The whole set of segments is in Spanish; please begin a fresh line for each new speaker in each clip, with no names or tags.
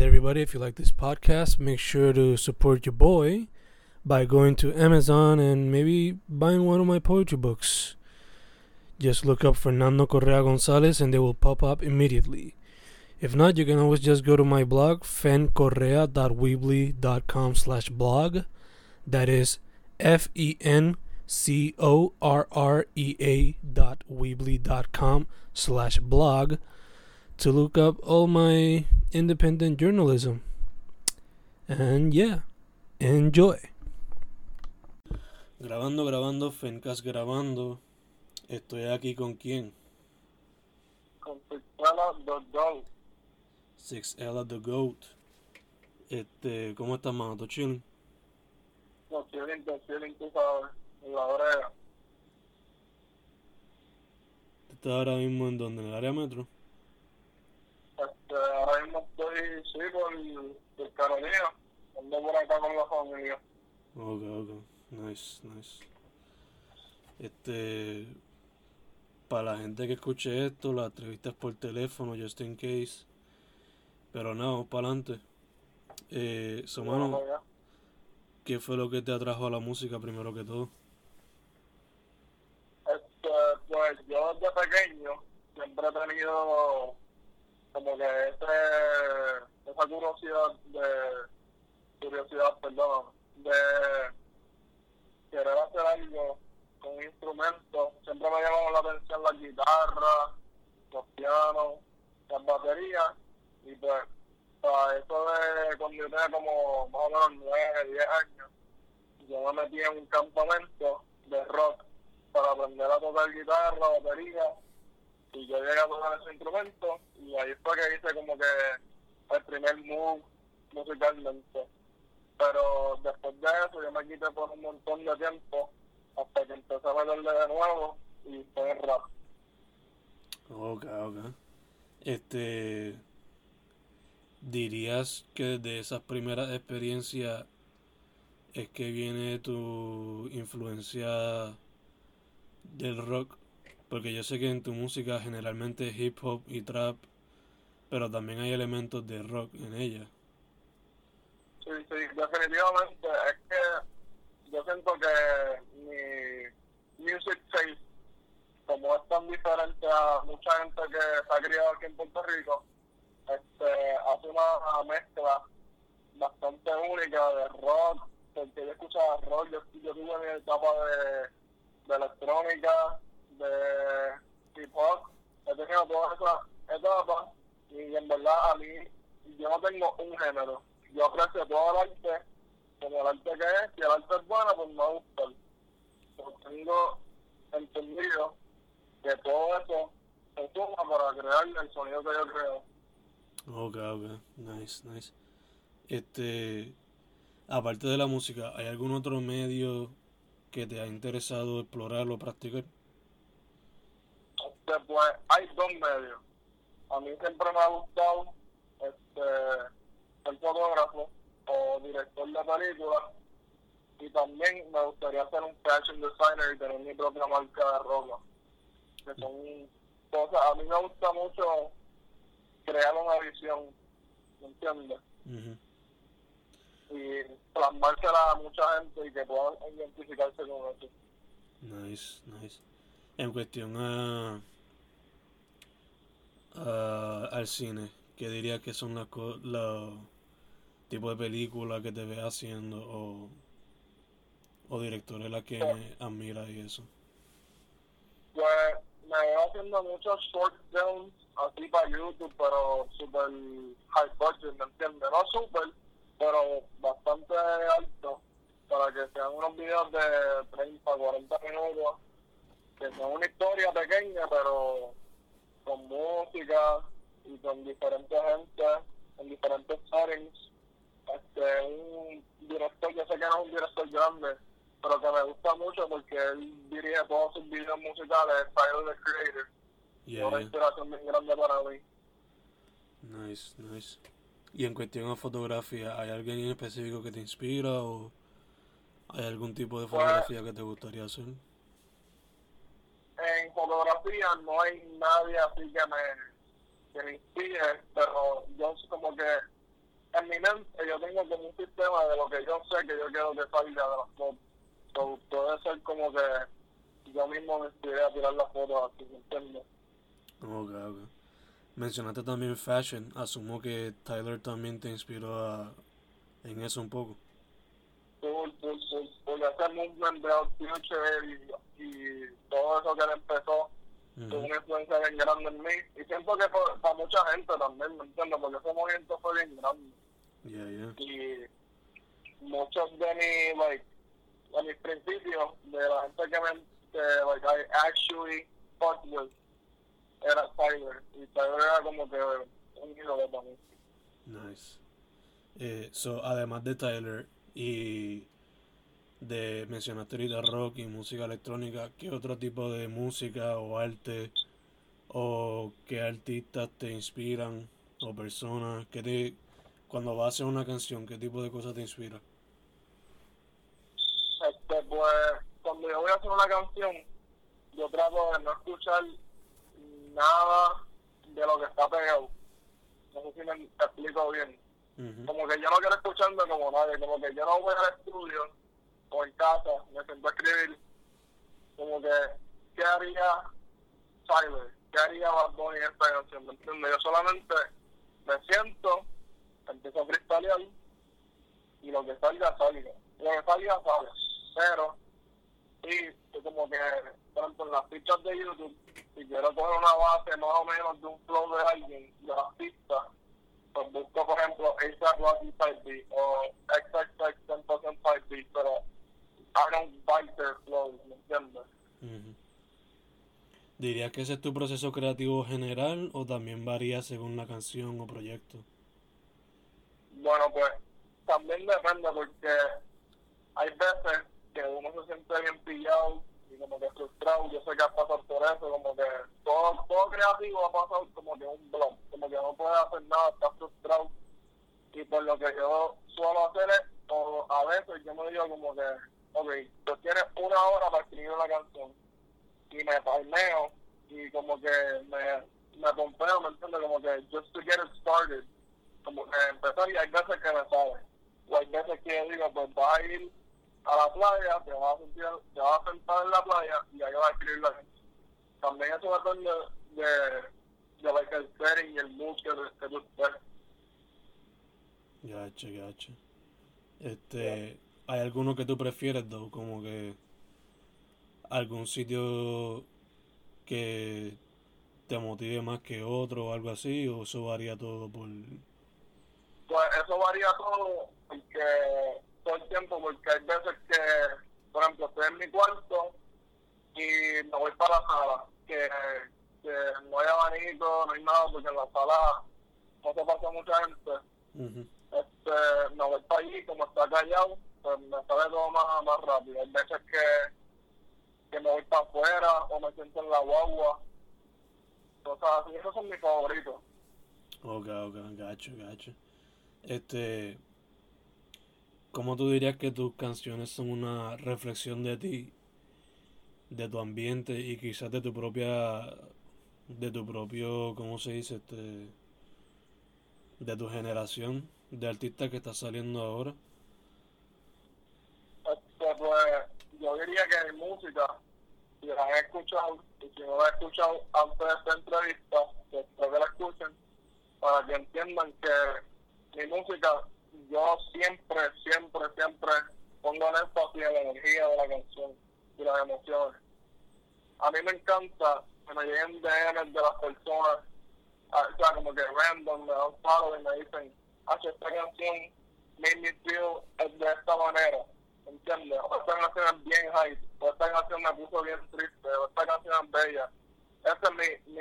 everybody. If you like this podcast, make sure to support your boy by going to Amazon and maybe buying one of my poetry books. Just look up Fernando Correa Gonzalez and they will pop up immediately. If not, you can always just go to my blog, fencorrea.weebly.com/blog. That is FENCORREA.weebly.com/blog to look up all my independent journalism. And yeah, enjoy. Grabando, Fencast grabando. Estoy aquí con quién?
Con Sixella the Goat.
Sixella the Goat. ¿Cómo estás, mano? ¿Todo chilling?
No, chilling, tú sabes, en la brea.
¿Estás ahora mismo en dónde? ¿En el área metro?
Ahora mismo estoy, sí, por Carolina. Ando por acá con la familia.
Ok. Nice. Para la gente que escuche esto, la entrevista es por teléfono, just in case. Pero no, vamos para adelante. Mano, ¿qué fue lo que te atrajo a la música primero que todo?
Pues yo desde pequeño siempre he tenido como que esa curiosidad, de querer hacer algo con un instrumento. Siempre me llamó la atención la guitarra, los pianos, las baterías, y pues para eso de cuando yo tenía como más o menos 9, 10 años, yo me metí en un campamento de rock para aprender a tocar guitarra, batería, y yo llegué a tocar ese instrumento, y ahí fue que hice como que el primer move musicalmente. Pero después de eso yo me quité por un montón de tiempo hasta que empecé a meterle de nuevo y fue el rap.
Ok. ¿Dirías que desde esas primeras experiencias es que viene tu influencia del rock? Porque yo sé que en tu música generalmente es hip hop y trap, pero también hay elementos de rock en ella.
Sí, definitivamente. Es que yo siento que mi music taste, como es tan diferente a mucha gente que se ha criado aquí en Puerto Rico, hace una mezcla bastante única de rock, porque yo escuchaba rock, yo tuve mi etapa de electrónica, de hip hop, he tenido todas esas etapas, y en verdad a mí, yo no tengo un género, yo aprecio todo el arte, como el arte que es, si el arte es bueno, pues me va a gustar. Pero tengo entendido que todo eso se suma para crear el sonido que yo creo.
Ok. Nice. Aparte de la música, ¿hay algún otro medio que te ha interesado explorarlo o practicar?
Pues hay dos medios. A mí siempre me ha gustado ser fotógrafo o director de películas, y también me gustaría ser un fashion designer y tener mi propia marca de ropa, que son cosas, a mí me gusta mucho crear una visión, ¿me entiendes?
Uh-huh.
Y plasmársela a mucha gente y que puedan identificarse con eso.
Nice. En cuestión al cine, ¿qué dirías que son los tipos de películas que te ves haciendo o directores a las que admiras y eso?
Pues me veo haciendo muchos short films así para YouTube, pero super high budget, ¿me entiendes? No super, pero bastante alto, para que sean unos videos de 30, 40 minutos, que son una historia pequeña, pero con música y con diferentes gente, en diferentes settings. Un director, yo sé que no es un director grande, pero que me gusta mucho porque él dirige todos sus videos musicales, es Tyler the Creator. Es una inspiración bien grande para mí.
Nice. Y en cuestión de fotografía, ¿hay alguien en específico que te inspira o hay algún tipo de fotografía que te gustaría hacer?
En fotografía no hay nadie así que me inspire, pero yo como que yo tengo como un sistema de lo que yo sé que yo quiero que salga de las fotos. So, puede ser como que yo mismo me inspiré a tirar las fotos así, ¿me entiendes?
Ok. Mencionaste también fashion. Asumo que Tyler también te inspiró en eso un poco.
Porque ese movement de Out Future y todo eso que él empezó tuvo una influencia bien grande en mí. Y siento que para mucha gente también, ¿me entiendes? Porque ese movimiento fue bien grande.
Yeah.
Y muchos de mis principios, de la gente like, I actually fucked with, era Tyler. Y Tyler era como que un ídolo para mí.
Nice. So, además de Tyler y mencionaste ahorita rock y música electrónica, ¿qué otro tipo de música o arte o qué artistas te inspiran o personas cuando vas a hacer una canción, qué tipo de cosas te inspira?
Pues, cuando yo voy a hacer una canción, yo trato de no escuchar nada de lo que está pegado. No sé si me explico bien. Como que yo no quiero escucharme como nadie, como que yo no voy al estudio o en casa, me siento a escribir, como que, ¿qué haría Tyler? ¿Qué haría Bad Bunny en esta canción? ¿Me entiendes? Yo solamente me siento, empiezo a cristalear y lo que salga, salga. Lo que salga, sale. Pero, sí, como que, por ejemplo, en las pistas de YouTube, si quiero coger una base más o menos de un flow de alguien, de las pistas, pues busco, por ejemplo, A$AP Rocky Type Beat o XXX 10% Type Beat, pero I don't bite their flows, ¿me entiendes?
¿Dirías que ese es tu proceso creativo general o también varía según la canción o proyecto?
Bueno, pues también depende porque hay veces que uno se siente bien pillado y como que frustrado. Yo sé que has pasado por eso, como que todo creativo ha pasado como que un blog, como que no puede hacer nada, está frustrado. Y por lo que yo suelo hacer es, o a veces yo me digo como que, ok, tú tienes 1 hora para escribir una canción y me palmeo y como que me pompeo, ¿me entiendes? Como que just to get it started, como que empezar, y hay veces que me sale, o hay veces que yo digo, pues vas a ir a la playa, te vas a sentar en la playa y ahí vas a escribir la canción. También eso depende de like, el setting y el mood que tú estés.
Gacha. ¿Hay alguno que tú prefieres, though? Como que algún sitio que te motive más que otro o algo así, o eso varía todo por...
Pues eso varía todo el tiempo, porque hay veces que, por ejemplo, estoy en mi cuarto y me voy para la sala, que no hay abanico, no hay nada, porque en la sala no se pasa mucha gente. Me voy para allí, como está callado, pues me sale todo más rápido. Hay veces que me voy para afuera o me siento en la guagua, cosas así. Esos son mis favoritos.
Ok, gacho. ¿Cómo tú dirías que tus canciones son una reflexión de ti, de tu ambiente y quizás de tu propio, ¿cómo se dice? De tu generación de artistas que está saliendo ahora?
Pues yo diría que mi música, si la han escuchado, y si no la han escuchado antes de esta entrevista, pues espero que la escuchen, para que entiendan que mi música, yo siempre pongo el énfasis en la energía de la canción y las emociones. A mí me encanta que me lleguen DMs de las personas, o sea, como que random, me dan follow y me dicen, esta canción made me feel de esta manera, ¿entiendes? O esta canción es bien hype, o esta canción me puso bien triste, o esta canción es bella. Ese es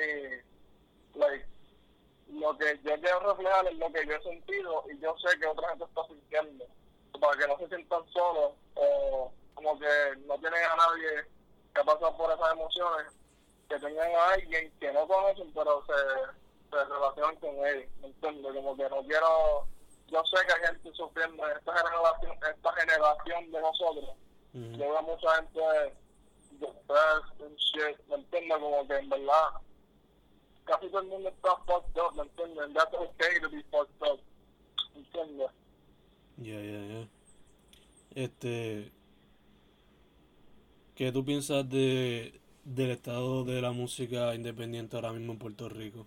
lo que yo quiero reflejar es lo que yo he sentido y yo sé que otra gente está sintiendo, para que no se sientan solos o como que no tienen a nadie que ha pasado por esas emociones, que tengan a alguien que no conocen pero se relacionan con ellos, ¿me entiendes? Como que no quiero, yo sé que hay gente sufriendo en esta generación de nosotros, yo veo mucha gente depressed and shit, ¿me entiendes? Como que en verdad casi todo el mundo está fucked up, ¿me entiendes? That's okay to be fucked up, ¿me entiendes?
Este, ¿qué tú piensas del estado de la música independiente ahora mismo en Puerto Rico?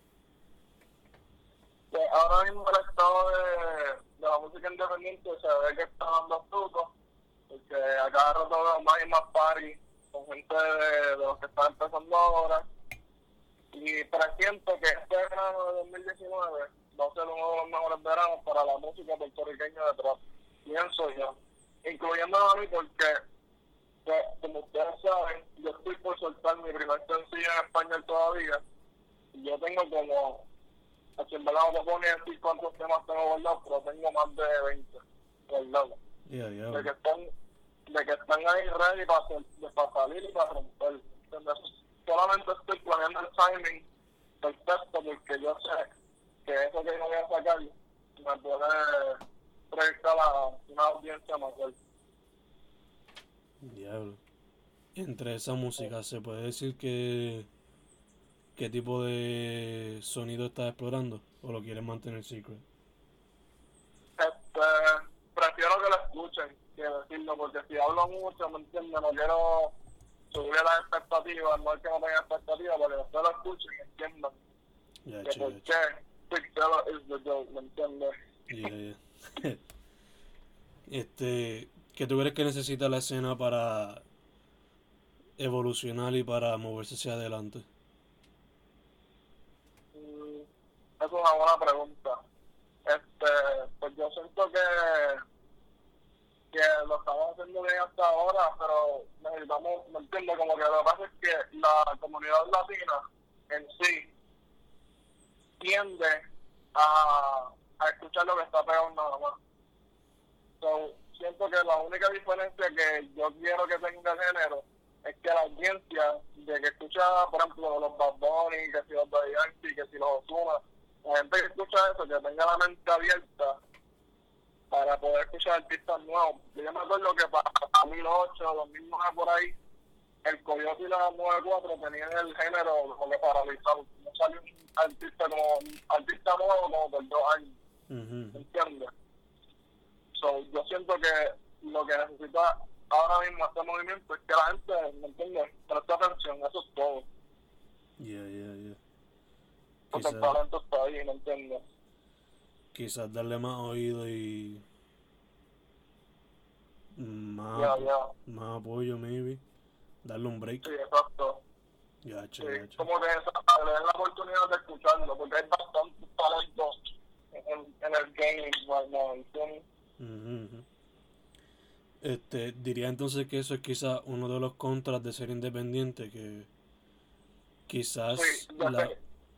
Pues ahora mismo el estado de la música independiente se ve que está dando frutos, porque a cada rato veo más y más party con gente de los que están empezando ahora. Y presiento que este verano de 2019 va a ser uno de los mejores veranos para la música puertorriqueña de trap. Pienso yo. Incluyéndome a mí porque, pues, como ustedes saben, yo estoy por soltar mi primer sencillo en español todavía. Y yo tengo como, aquí en verdad no te puedo ni decir cuántos temas tengo guardados, pero tengo más de 20 guardados.
Yeah, yeah.
De que están ahí ready para salir y para romper. ¿Entiendes? Solamente estoy planeando el timing perfecto porque yo sé que eso que yo voy a sacar me puede proyectar a una audiencia mayor.
Diablo. Entre esa música, ¿se puede decir que qué tipo de sonido estás explorando? ¿O lo quieres mantener secret?
Prefiero que lo escuchen que decirlo, porque si hablo mucho, ¿me entiendes? No quiero subir las expectativas, no es que no tenga expectativas, porque ustedes lo escuchen y entiendan que por qué Pixelo is the dope, ¿me entiendes?
Yeah. ¿Qué tú crees que necesita la escena para evolucionar y para moverse hacia adelante?
Es una buena pregunta. Pues yo siento que lo estamos haciendo bien hasta ahora, pero necesitamos, ¿me entiendes? Como que lo que pasa es que la comunidad latina en sí tiende a escuchar lo que está pegado nada más. So, siento que la única diferencia que yo quiero que tenga el género es que la audiencia de que escucha, por ejemplo, los Bad Bunny, que si los Daddy Yankee, que si los Ozuna, la gente que escucha eso, que tenga la mente abierta para poder escuchar artistas nuevos. Yo me acuerdo que para 2008, 2009 por ahí, el Coyote y la 94 tenían el género como que paralizado. No salió un artista nuevo como por 2 años. ¿Entiendes? So, yo siento que lo que necesita ahora mismo este movimiento es que la gente, ¿me entiendes? Preste atención, eso es todo.
Yeah.
Porque el talento está ahí, ¿me entiendes?
Quizás darle más oído y más apoyo, maybe. Darle un break.
Sí, exacto.
Gacho.
Como que le den la oportunidad de escucharlo, porque hay bastante talento en el game right now, ¿entiendes?
Diría entonces que eso es quizás uno de los contras de ser independiente, que quizás dale.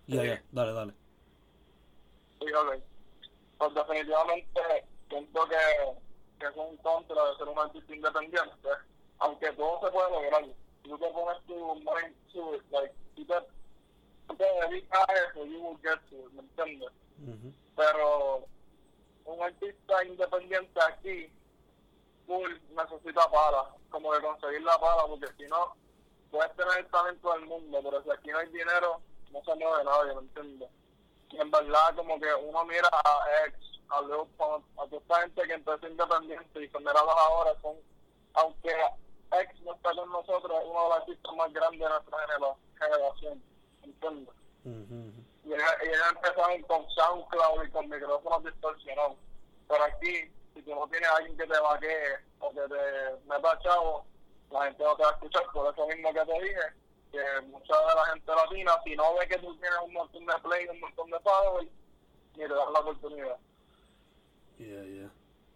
Sí, ok. Pues definitivamente siento que es un contra de ser un artista independiente, aunque todo se puede lograr. Si tú te pones tu mind to it, like, si te dedicas a eso, you will get to it, ¿me entiendes? Pero un artista independiente aquí necesita pala, como que conseguir la pala, porque si no, puedes tener el talento del mundo, pero si aquí no hay dinero, no se mueve nadie, ¿me entiendes? Y en verdad, como que uno mira a X, a Lil Pump, a toda esta gente que empezó independiente y que mirados ahora son, aunque X no está con nosotros, es uno de los artistas más grandes de nuestra generación, ¿entiendes? Y ellos empezaron con SoundCloud y con micrófonos distorsionados, pero aquí, si tú no tienes a alguien que te vaquee o que te meta chavo, la gente no te va a escuchar. Por eso mismo que te dije, que mucha de la gente latina, si no ve que tú tienes un montón de play, un montón de followers, ni te dan la oportunidad.
Yeah.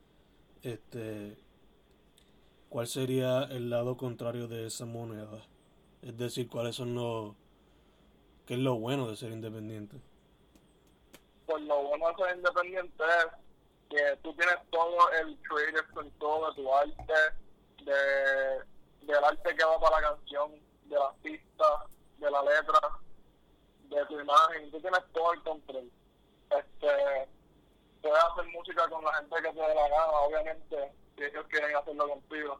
¿Cuál sería el lado contrario de esa moneda? Es decir, ¿qué es lo bueno de ser independiente?
Pues lo bueno de ser independiente es que tú tienes todo el creative control de tu arte, del arte que va para la canción, de las pistas, de la letra, de tu imagen, tú tienes todo el control. Puedes hacer música con la gente que te dé la gana, obviamente, si ellos quieren hacerlo contigo.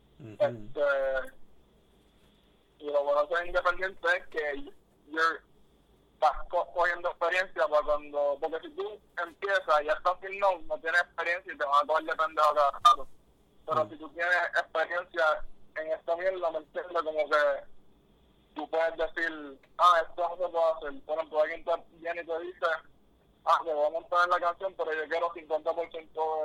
Y lo bueno de ser independiente es que estás cogiendo experiencia para cuando, porque si tú empiezas y ya estás sin no tienes experiencia y te van a coger de pendejo cada rato. pero si tú tienes experiencia en esta mierda, ¿me entiendes? Como que tú puedes decir, esto no se puede hacer. Por ejemplo, alguien te viene y te dice, te voy a montar en la canción, pero yo quiero 50%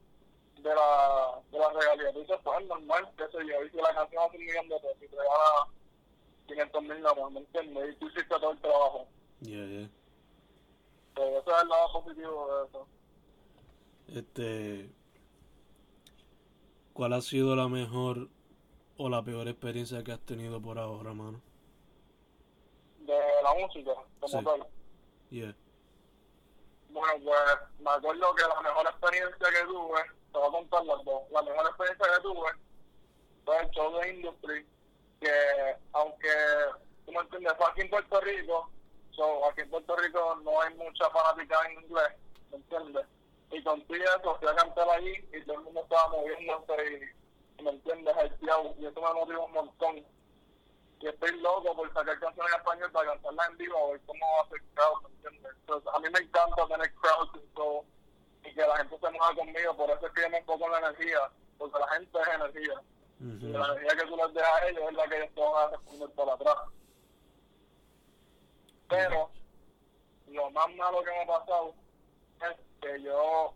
de la regalía. Tú dices, pues normal, qué sé yo, y si la canción hace 1 millón de pesos y te regala 500,000 nada más, ¿me entiendes? Y tú hiciste todo el trabajo.
Yeah.
Pues ese es el lado positivo de eso.
¿Cuál ha sido la mejor o la peor experiencia que has tenido por ahora, mano?
De la música, como tal.
Yeah.
Bueno, pues me acuerdo que la mejor experiencia que tuve, te voy a contar las dos. La mejor experiencia que tuve fue el show de Industry, que aunque, tú me entiendes, fue aquí en Puerto Rico, aquí en Puerto Rico no hay mucha fanática en inglés, ¿me entiendes? Y contigo eso, fui a cantar allí y todo el mundo estaba moviéndose y ¿me entiendes? Y eso me motivó un montón. Y estoy loco por sacar canciones en español para cantarlas en vivo, a ver cómo va a ser crowd, ¿me entiendes? Entonces, a mí me encanta tener crowds y que la gente se mueva conmigo, por eso es que yo me enfoco en la energía, porque la gente es energía. Y la energía que tú les dejas a ellos es la que ellos te van a responder para atrás. Pero, lo más malo que me ha pasado es que yo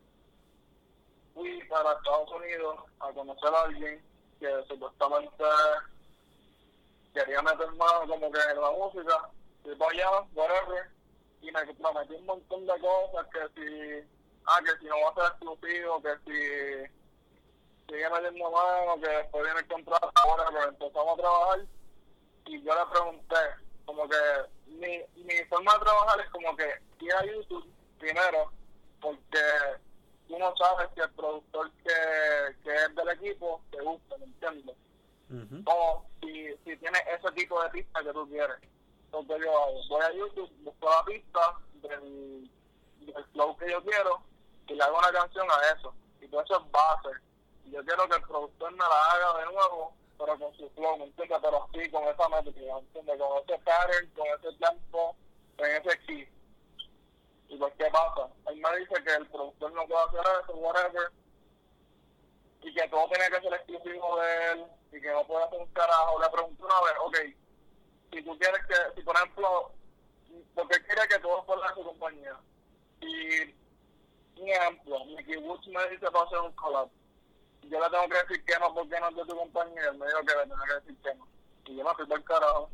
fui para Estados Unidos a conocer a alguien que supuestamente quería meter mano como que en la música, fui para allá, whatever, y me prometí un montón de cosas, que si no va a ser exclusivo, que si sigue metiendo mano, que después viene el contrato, whatever. Empezamos a trabajar y yo le pregunté, como que mi forma de trabajar es como que ir a YouTube primero, porque tú no sabes si el productor que es del equipo te gusta, ¿me entiendes? O si tienes ese tipo de pista que tú quieres. Entonces yo voy a YouTube, busco la pista del flow que yo quiero y le hago una canción a eso. Y todo eso es base. Y yo quiero que el productor me la haga de nuevo, pero con su flow, ¿me entiendes? Pero así, con esa métrica, ¿me entiendes? Con ese pattern, con ese tempo, con ese key. Y pues, ¿qué pasa? Él me dice que el productor no puede hacer eso, whatever, y que todo tiene que ser exclusivo de él, y que no puede hacer un carajo. Le pregunté una vez, ok, si tú quieres que, si por ejemplo, porque él quiere que todo fuera de su compañía, y un ejemplo, Mickey Woods me dice para hacer un collab, yo le tengo que decir que no porque no es de tu compañía, él me dijo que le tengo que decir que no, y yo me fui por el carajo.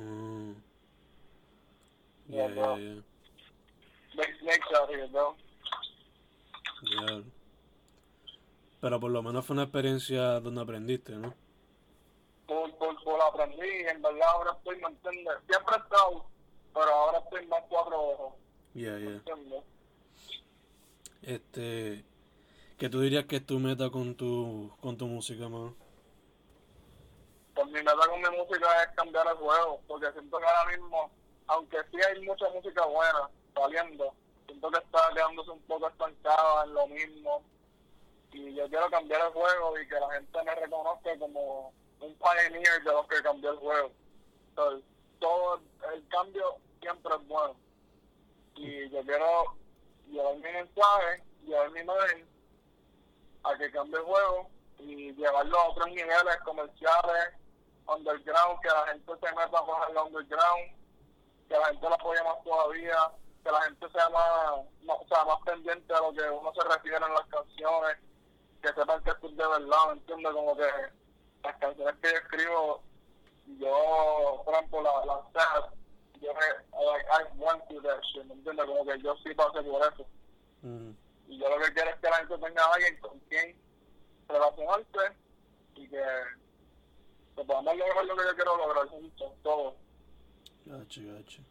Yeah.
Big snakes out here, bro.
Yeah. Pero por lo menos fue una experiencia donde aprendiste, ¿no?
Por aprendí, en verdad ahora estoy, ¿me entiendes? Siempre he estado, pero ahora estoy más 4 ojos.
Yeah.
¿Me entiendes?
¿Qué tú dirías que es tu meta con tu música, mano?
Pues mi meta con mi música es cambiar el juego, porque siento que ahora mismo, aunque sí hay mucha música buena saliendo, siento que está quedándose un poco estancada en lo mismo. Y yo quiero cambiar el juego y que la gente me reconozca como un pioneer de los que cambió el juego. Entonces, todo el cambio siempre es bueno. Y yo quiero llevar mi mensaje, llevar mi imagen a que cambie el juego y llevarlo a otros niveles comerciales, underground, que la gente se meta más en el underground, que la gente lo apoye más todavía, que la gente sea más pendiente a lo que uno se refiere en las canciones, que sepan que esto es de verdad, ¿me entiendes? Como que las canciones que yo escribo, yo, por ejemplo, la sad, I went through that shit, ¿me entiendes? Como que yo sí pasé por eso. Y yo lo que quiero es que la gente tenga a alguien con quien relacionarse y que podamos lograr lo que yo quiero lograr juntos, todos.
Gacho.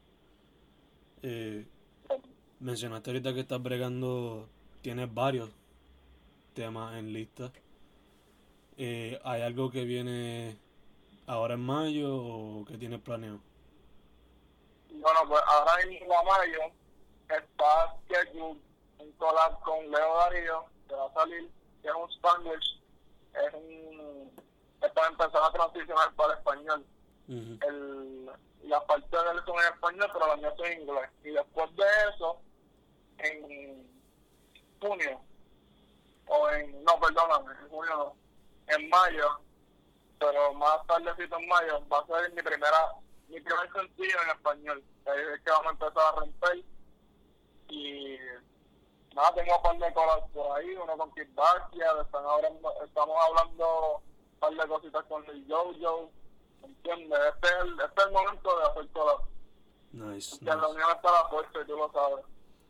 Mencionaste ahorita que estás bregando, tienes varios temas en lista. ¿Hay algo que viene ahora en mayo o que tienes planeado?
Bueno, pues ahora mismo a mayo está scheduled un collab con Leo Darío, que va a salir, que es un Spanglish, es para empezar a transicionar para el español. Las partes de él son en español, pero las mías son en inglés. Y después de eso, en junio, semana, en junio no, en mayo, pero más tardecito en mayo, va a ser mi primer sencillo en español. Ahí es que vamos a empezar a romper. Y nada, tengo un par de colas por ahí, uno con Kid Bashia, estamos hablando un par de cositas con el Jojo, ¿entiendes? Este es el momento de hacer colas.
Nice,
Que la unión está a la fuerza y tú lo sabes.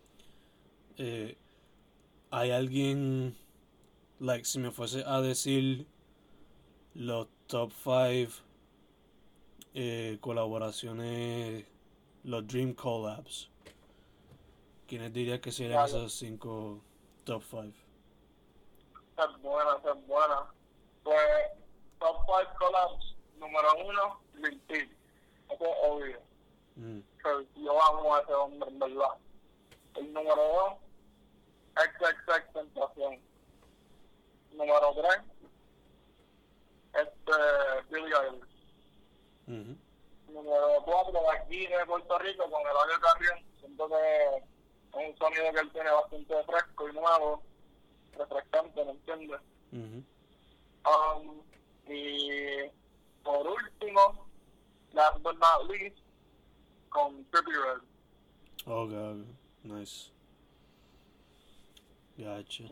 ¿Hay alguien, like, si me fuese a decir los top 5 colaboraciones, los Dream Collabs, quiénes dirías que serían esos 5 top 5?
Esa es buena. Pues, top 5 collabs, número 1, Lil Peep. Eso es obvio. Yo amo a ese hombre, en verdad. El número 2, XXX Tentación. Número 3, Billie Eilish. Número 4, de aquí de Puerto Rico, con Eladio Carrión. Siento que es un sonido que él tiene bastante fresco y nuevo, refrescante, ¿me entiendes? Y por último, last but not least, con Trippie Redd.
Okay, nice. Gotcha.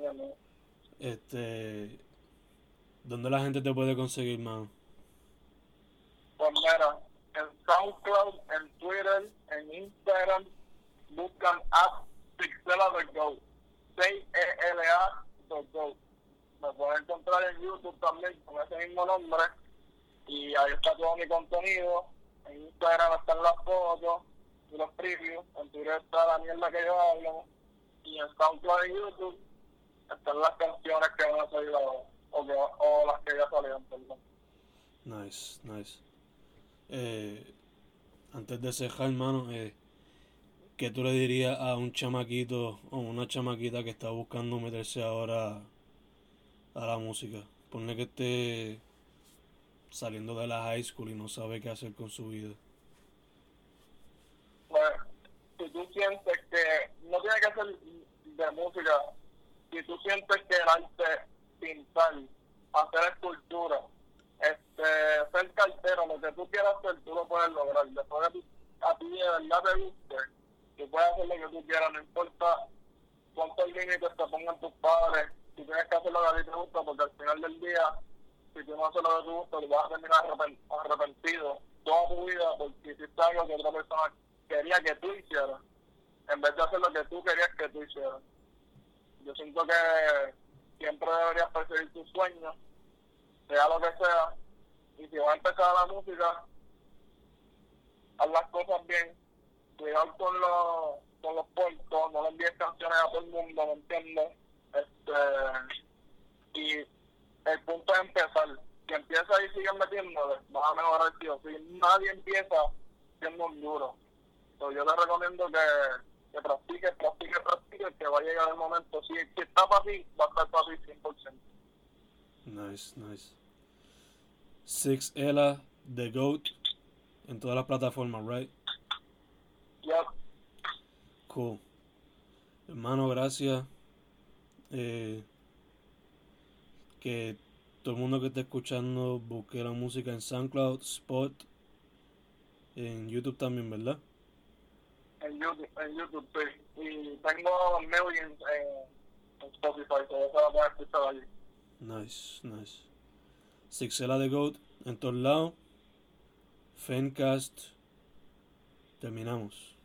¿Dónde la gente te puede conseguir, man?
Pues mira, en SoundCloud, en Twitter, en Instagram, buscan Sixela The Goat. C-E-L-A The Goat. Me pueden encontrar en YouTube también con ese mismo nombre. Y ahí está todo mi contenido. En Instagram están las fotos y los previews. En Twitter está la mierda que yo hablo. Y en SoundCloud y YouTube están las canciones que van a salir ahora. O las que ya salieron, perdón.
Nice. Antes de cerrar, hermano, ¿qué tú le dirías a un chamaquito o una chamaquita que está buscando meterse ahora a la música? Ponle que esté saliendo de la high school y no sabe qué hacer con su vida.
Pues, si tú sientes que no tiene que ser de música, si tú sientes que el arte, pintar, hacer escultura, ser cartero, lo que tú quieras hacer, tú lo puedes lograr. Después de a ti de verdad te guste, tú puedes hacer lo que tú quieras, no importa cuántos límites te pongan tus padres, si tienes que hacer lo que a ti te gusta, porque al final del día, si tú no haces lo que te gusta, tú vas a terminar arrepentido toda tu vida porque hiciste algo que otra persona quería que tú hicieras, en vez de hacer lo que tú querías que tú hicieras. Yo siento que siempre deberías perseguir tus sueños, sea lo que sea, y si vas a empezar la música, haz las cosas bien, cuidado con los puertos, no le envíes canciones a todo el mundo, ¿me entiendes? Y el punto es empezar. Si empiezas y sigues metiéndole, vas a mejorar el tío. Si nadie empieza siendo un duro. Entonces yo te recomiendo que practiques, que va a llegar el momento. Si está para ti, va a estar para ti 100%.
Nice. Sixela The Goat en todas las plataformas, right?
Yep.
Cool. Hermano, gracias. Que todo el mundo que esté escuchando busque la música en SoundCloud, Spot, en YouTube también, ¿verdad?
En YouTube, sí. Y tengo millions en Spotify, so eso lo puedes escuchar allí.
Nice. Sixela The Goat en todos lados. Fencast. Terminamos.